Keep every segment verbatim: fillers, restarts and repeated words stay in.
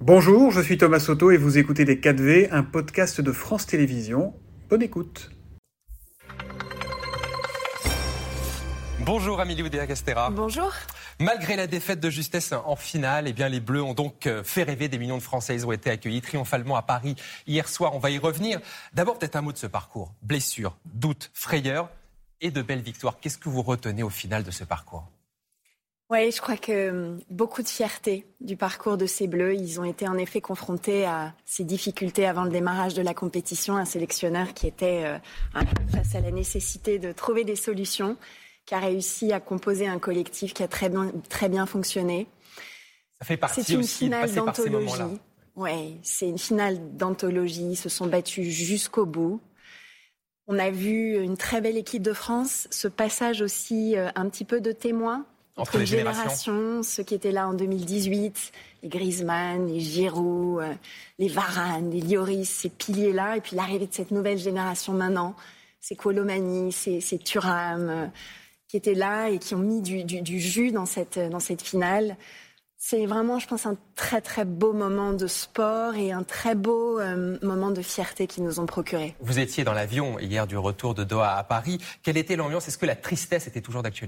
Bonjour, je suis Thomas Soto et vous écoutez Les quatre V, un podcast de France Télévisions. Bonne écoute. Bonjour Amélie Oudéa-Castéra. Bonjour. Malgré la défaite de justesse en finale, eh bien les Bleus ont donc fait rêver des millions de Français. Ils ont été accueillis triomphalement à Paris hier soir. On va y revenir. D'abord, peut-être un mot de ce parcours. Blessures, doutes, frayeurs et de belles victoires. Qu'est-ce que vous retenez au final de ce parcours ? Oui, je crois que beaucoup de fierté du parcours de ces Bleus. Ils ont été en effet confrontés à ces difficultés avant le démarrage de la compétition. Un sélectionneur qui était euh, face à la nécessité de trouver des solutions, qui a réussi à composer un collectif qui a très bien, très bien fonctionné. Ça fait partie c'est une aussi finale de passer par ces d'anthologie. moments-là. Oui, c'est une finale d'anthologie. Ils se sont battus jusqu'au bout. On a vu une très belle équipe de France. Ce passage aussi euh, un petit peu de témoin entre les générations. générations, ceux qui étaient là en deux mille dix-huit, les Griezmann, les Giroud, euh, les Varane, les Lloris, ces piliers-là, et puis l'arrivée de cette nouvelle génération maintenant, c'est Colomani, c'est, c'est Thuram, euh, qui étaient là et qui ont mis du, du, du jus dans cette, dans cette finale. C'est vraiment, je pense, un très très beau moment de sport et un très beau euh, moment de fierté qu'ils nous ont procuré. Vous étiez dans l'avion hier du retour de Doha à Paris. Quelle était l'ambiance ? Est-ce que la tristesse était toujours d'actualité ?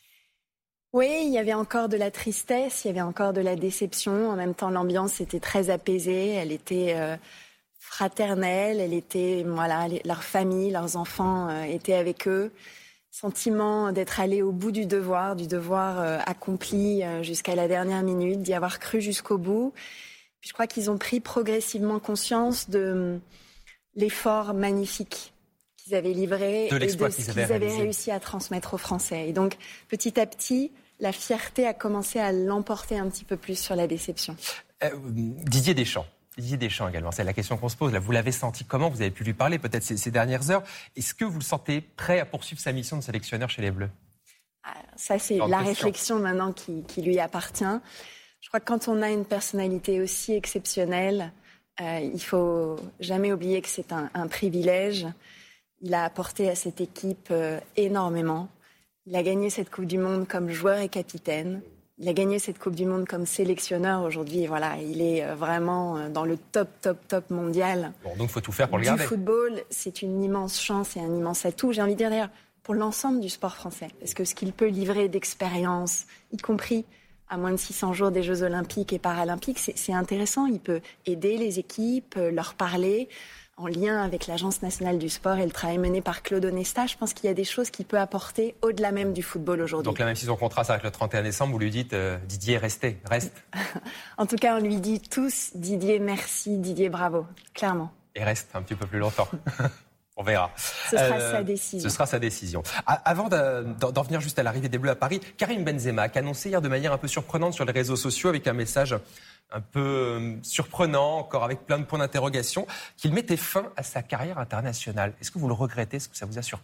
Oui, il y avait encore de la tristesse, il y avait encore de la déception. En même temps, l'ambiance était très apaisée, elle était euh, fraternelle, elle était, voilà, les, leur famille, leurs enfants euh, étaient avec eux. Sentiment d'être allé au bout du devoir, du devoir euh, accompli euh, jusqu'à la dernière minute, d'y avoir cru jusqu'au bout. Puis je crois qu'ils ont pris progressivement conscience de euh, l'effort magnifique qu'ils avaient livré de et de ce qu'ils qu'ils avaient, avaient réussi à transmettre aux Français. Et donc, petit à petit, la fierté a commencé à l'emporter un petit peu plus sur la déception. Euh, Didier Deschamps. Didier Deschamps également, c'est la question qu'on se pose. Là, vous l'avez senti comment ? Vous avez pu lui parler peut-être ces, ces dernières heures. Est-ce que vous le sentez prêt à poursuivre sa mission de sélectionneur chez les Bleus ? Ah, ça, c'est Grande la question. réflexion maintenant qui, qui lui appartient. Je crois que quand on a une personnalité aussi exceptionnelle, euh, il faut jamais oublier que c'est un, un privilège. Il a apporté à cette équipe euh, énormément. Il a gagné cette Coupe du Monde comme joueur et capitaine. Il a gagné cette Coupe du Monde comme sélectionneur aujourd'hui. Voilà, il est vraiment dans le top, top, top mondial. Bon, donc il faut tout faire pour le du garder. Du football, c'est une immense chance et un immense atout. J'ai envie de dire d'ailleurs pour l'ensemble du sport français. Parce que ce qu'il peut livrer d'expérience, y compris à moins de six cents jours des Jeux Olympiques et Paralympiques, c'est, c'est intéressant. Il peut aider les équipes, leur parler en lien avec l'Agence nationale du sport et le travail mené par Claude Onesta. Je pense qu'il y a des choses qu'il peut apporter au-delà même du football aujourd'hui. Donc là, même si son contrat s'arrête le trente et un décembre, vous lui dites euh, « Didier, restez, reste ». En tout cas, on lui dit tous « Didier, merci, Didier, bravo », clairement. Et reste un petit peu plus longtemps. On verra. Ce sera euh, sa décision. Ce sera sa décision. Avant d'en venir juste à l'arrivée des Bleus à Paris, Karim Benzema qui a annoncé hier de manière un peu surprenante sur les réseaux sociaux avec un message un peu surprenant, encore avec plein de points d'interrogation, qu'il mettait fin à sa carrière internationale. Est-ce que vous le regrettez ? Est-ce que ça vous a surpris ?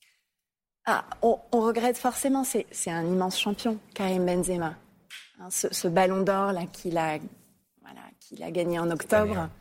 Ah, on, on regrette forcément. C'est, c'est un immense champion, Karim Benzema. Hein, ce, ce ballon d'or là qu'il a, voilà, qu'il a gagné en octobre. Année,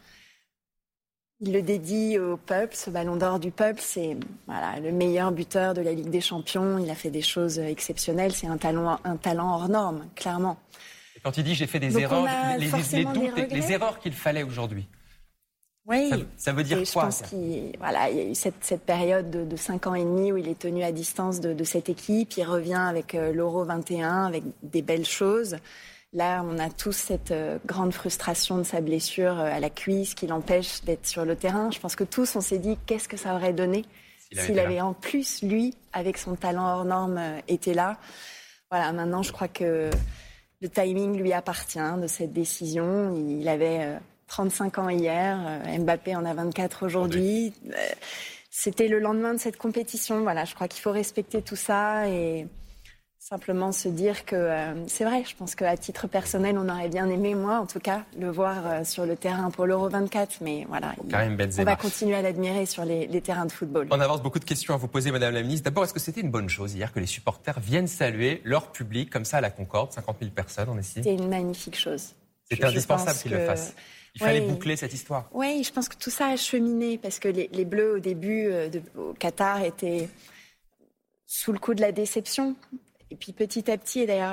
il le dédie au peuple. Ce ballon d'or du peuple, c'est voilà, le meilleur buteur de la Ligue des Champions. Il a fait des choses exceptionnelles. C'est un talent, un talent hors norme, clairement. Et quand il dit j'ai fait des Donc erreurs, les, les, les doutes, les erreurs qu'il fallait aujourd'hui. Oui. Ça, ça veut dire et quoi ? Je pense qu'il voilà, il y a eu cette, cette période de, de cinq ans et demi où il est tenu à distance de, de cette équipe. Il revient avec euh, l'Euro vingt et un, avec des belles choses. Là, on a tous cette euh, grande frustration de sa blessure euh, à la cuisse qui l'empêche d'être sur le terrain. Je pense que tous, on s'est dit qu'est-ce que ça aurait donné s'il, s'il avait en plus, lui, avec son talent hors norme, euh, été là. Voilà, maintenant, je crois que le timing lui appartient de cette décision. Il avait euh, trente-cinq ans hier, euh, Mbappé en a vingt-quatre aujourd'hui. Euh, c'était le lendemain de cette compétition. Voilà, je crois qu'il faut respecter tout ça et simplement se dire que euh, c'est vrai. Je pense qu'à titre personnel, on aurait bien aimé, moi en tout cas, le voir euh, sur le terrain pour l'Euro vingt-quatre. Mais voilà, il, on va continuer à l'admirer sur les, les terrains de football. On avance beaucoup de questions à vous poser, Madame la Ministre. D'abord, est-ce que c'était une bonne chose hier que les supporters viennent saluer leur public comme ça à la Concorde, cinquante mille personnes, on estime ? C'était une magnifique chose. C'était je, indispensable je qu'ils que... le fassent. Il fallait oui. boucler cette histoire. Oui, je pense que tout ça a cheminé parce que les, les Bleus au début euh, de, au Qatar étaient sous le coup de la déception. Et puis petit à petit, et d'ailleurs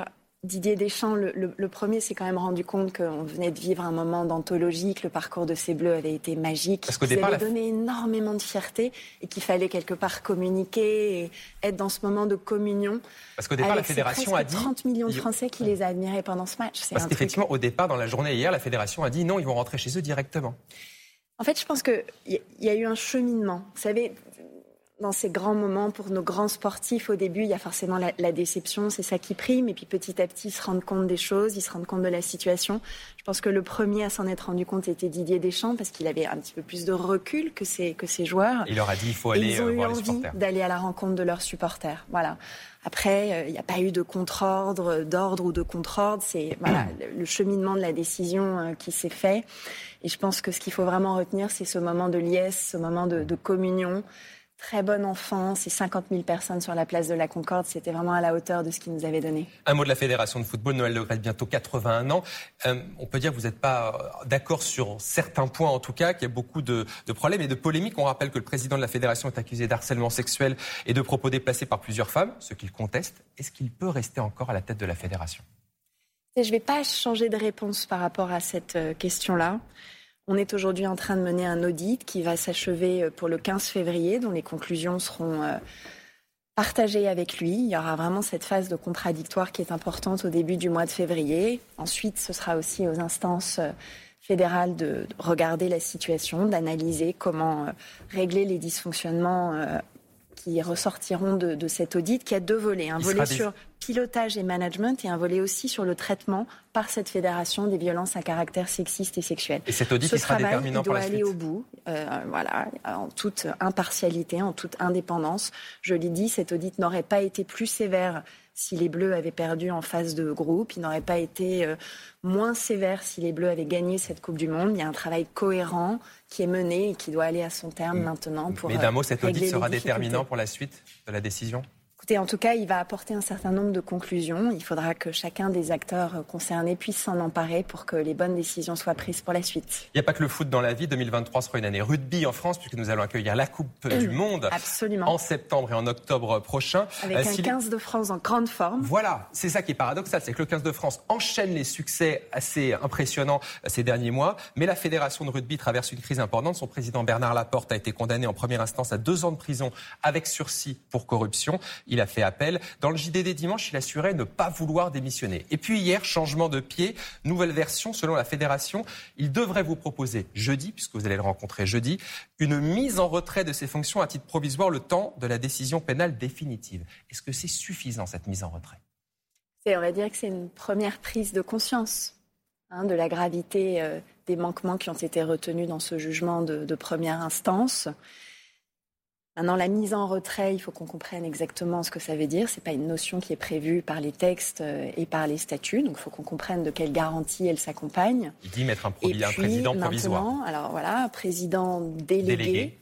Didier Deschamps, le, le, le premier s'est quand même rendu compte qu'on venait de vivre un moment d'anthologie, que le parcours de ces Bleus avait été magique, Parce qu'au qu'ils départ, avaient la... donné énormément de fierté et qu'il fallait quelque part communiquer et être dans ce moment de communion. Parce qu'au départ, avec la fédération a dit... trente millions de Français qui les a admirés pendant ce match. C'est Parce un qu'effectivement, truc... au départ, dans la journée hier, la fédération a dit non, ils vont rentrer chez eux directement. En fait, je pense qu'il y, y a eu un cheminement. Vous savez... Dans ces grands moments, pour nos grands sportifs, au début, il y a forcément la, la déception, c'est ça qui prime. Et puis petit à petit, ils se rendent compte des choses, ils se rendent compte de la situation. Je pense que le premier à s'en être rendu compte était Didier Deschamps, parce qu'il avait un petit peu plus de recul que ses, que ses joueurs. Il leur a dit il faut aller et ils ont voir eu les envie supporters. D'aller à la rencontre de leurs supporters. Voilà. Après, il euh, n'y a pas eu de contre-ordre, d'ordre ou de contre-ordre. C'est voilà, le, le cheminement de la décision euh, qui s'est fait. Et je pense que ce qu'il faut vraiment retenir, c'est ce moment de liesse, ce moment de, de communion. Très bonne enfance, et cinquante mille personnes sur la place de la Concorde, c'était vraiment à la hauteur de ce qu'ils nous avaient donné. Un mot de la Fédération de football, Noël Le Graët, bientôt quatre-vingt-un ans. Euh, on peut dire que vous n'êtes pas d'accord sur certains points, en tout cas, qu'il y a beaucoup de, de problèmes et de polémiques. On rappelle que le président de la Fédération est accusé d'harcèlement sexuel et de propos déplacés par plusieurs femmes, ce qu'il conteste. Est-ce qu'il peut rester encore à la tête de la Fédération ? Je ne vais pas changer de réponse par rapport à cette question-là. On est aujourd'hui en train de mener un audit qui va s'achever pour le quinze février, dont les conclusions seront partagées avec lui. Il y aura vraiment cette phase de contradictoire qui est importante au début du mois de février. Ensuite, ce sera aussi aux instances fédérales de regarder la situation, d'analyser comment régler les dysfonctionnements qui ressortiront de, de cet audit, qui a deux volets. Un Il volet sur des... pilotage et management et un volet aussi sur le traitement par cette fédération des violences à caractère sexiste et sexuel. Et cet audit Ce il sera travail, déterminant il doit pour la aller suite. au bout, euh, voilà, en toute impartialité, en toute indépendance. Je l'ai dit, cet audit n'aurait pas été plus sévère si les Bleus avaient perdu en phase de groupe. Il n'aurait pas été euh, moins sévère si les Bleus avaient gagné cette Coupe du Monde. Il y a un travail cohérent qui est mené et qui doit aller à son terme maintenant pour Mais d'un mot, cet audit sera les déterminant pour la suite de la décision ? Écoutez, en tout cas, il va apporter un certain nombre de conclusions. Il faudra que chacun des acteurs concernés puisse s'en emparer pour que les bonnes décisions soient prises pour la suite. Il n'y a pas que le foot dans la vie. deux mille vingt-trois sera une année rugby en France puisque nous allons accueillir la Coupe du Monde Absolument. en septembre et en octobre prochain. Avec euh, un quinze de France en grande forme. Voilà, c'est ça qui est paradoxal, c'est que le quinze de France enchaîne les succès assez impressionnants ces derniers mois, mais la Fédération de rugby traverse une crise importante. Son président Bernard Laporte a été condamné en première instance à deux ans de prison avec sursis pour corruption. Il a fait appel. Dans le J D D dimanche, il assurait ne pas vouloir démissionner. Et puis hier, changement de pied, nouvelle version selon la Fédération. Il devrait vous proposer jeudi, puisque vous allez le rencontrer jeudi, une mise en retrait de ses fonctions à titre provisoire le temps de la décision pénale définitive. Est-ce que c'est suffisant, cette mise en retrait ? Et on va dire que c'est une première prise de conscience hein, de la gravité euh, des manquements qui ont été retenus dans ce jugement de, de première instance. Maintenant, la mise en retrait, il faut qu'on comprenne exactement ce que ça veut dire. Ce n'est pas une notion qui est prévue par les textes et par les statuts. Donc, il faut qu'on comprenne de quelle garantie elle s'accompagne. Il dit mettre un, provi- et puis, un président provisoire. Alors voilà, un président délégué, délégué.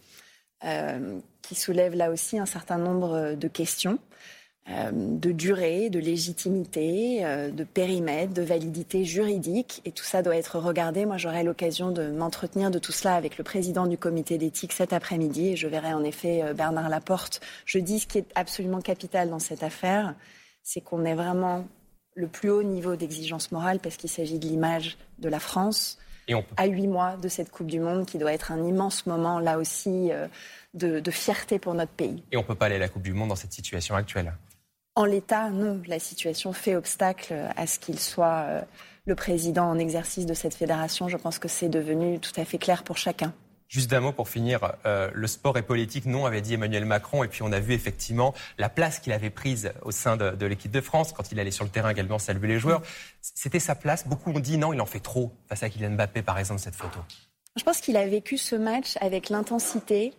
Euh, qui soulève là aussi un certain nombre de questions. Euh, de durée, de légitimité, euh, de périmètre, de validité juridique. Et tout ça doit être regardé. Moi, j'aurai l'occasion de m'entretenir de tout cela avec le président du comité d'éthique cet après-midi. Et je verrai en effet euh, Bernard Laporte. Je dis ce qui est absolument capital dans cette affaire, c'est qu'on ait vraiment le plus haut niveau d'exigence morale parce qu'il s'agit de l'image de la France. Et on peut... à huit mois de cette Coupe du Monde qui doit être un immense moment, là aussi, euh, de, de fierté pour notre pays. Et on ne peut pas aller à la Coupe du Monde dans cette situation actuelle ? En l'état, non. La situation fait obstacle à ce qu'il soit euh, le président en exercice de cette fédération. Je pense que c'est devenu tout à fait clair pour chacun. Juste d'un mot pour finir, euh, le sport est politique, non, avait dit Emmanuel Macron. Et puis on a vu effectivement la place qu'il avait prise au sein de, de l'équipe de France, quand il allait sur le terrain également saluer les joueurs. C'était sa place. Beaucoup ont dit non, il en fait trop face à Kylian Mbappé, par exemple, cette photo. Je pense qu'il a vécu ce match avec l'intensité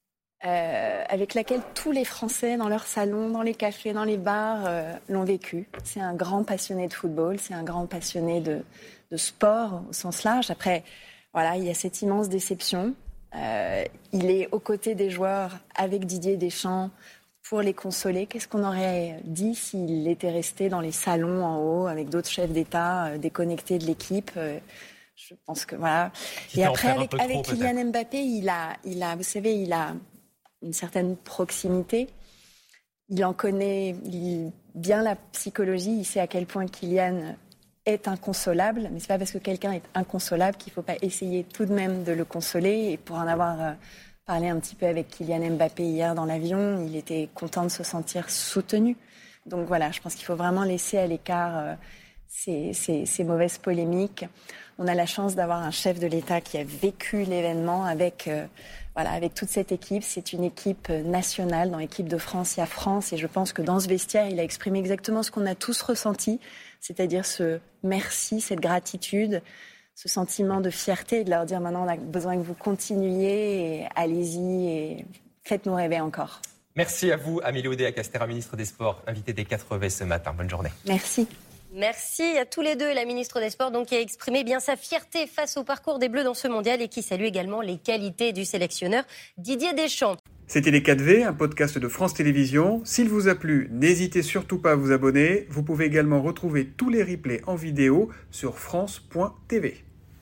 Euh, avec laquelle tous les Français, dans leurs salons, dans les cafés, dans les bars, euh, l'ont vécu. C'est un grand passionné de football, c'est un grand passionné de, de sport au sens large. Après, voilà, il y a cette immense déception. Euh, il est aux côtés des joueurs avec Didier Deschamps pour les consoler. Qu'est-ce qu'on aurait dit s'il était resté dans les salons en haut avec d'autres chefs d'État euh, déconnectés de l'équipe euh, Je pense que voilà. Et après, avec, trop, avec Kylian Mbappé, il a, il a, vous savez, il a une certaine proximité. il en connaît il, bien la psychologie, il sait à quel point Kylian est inconsolable, mais c'est pas parce que quelqu'un est inconsolable qu'il faut pas essayer tout de même de le consoler. Et pour en avoir euh, parlé un petit peu avec Kylian Mbappé hier dans l'avion, il était content de se sentir soutenu. Donc voilà, je pense qu'il faut vraiment laisser à l'écart euh, ces, ces, ces mauvaises polémiques. On a la chance d'avoir un chef de l'État qui a vécu l'événement avec, euh, voilà, avec toute cette équipe. C'est une équipe nationale. Dans l'équipe de France, il y a France. Et je pense que dans ce vestiaire, il a exprimé exactement ce qu'on a tous ressenti, c'est-à-dire ce merci, cette gratitude, ce sentiment de fierté et de leur dire maintenant on a besoin que vous continuiez et allez-y et faites-nous rêver encore. Merci à vous, Amélie Oudéa-Castéra, ministre des Sports, invitée des quatre V ce matin. Bonne journée. Merci. Merci à tous les deux. La ministre des Sports donc, qui a exprimé bien sa fierté face au parcours des Bleus dans ce mondial et qui salue également les qualités du sélectionneur Didier Deschamps. C'était Les quatre V, un podcast de France Télévisions. S'il vous a plu, n'hésitez surtout pas à vous abonner. Vous pouvez également retrouver tous les replays en vidéo sur France point T V.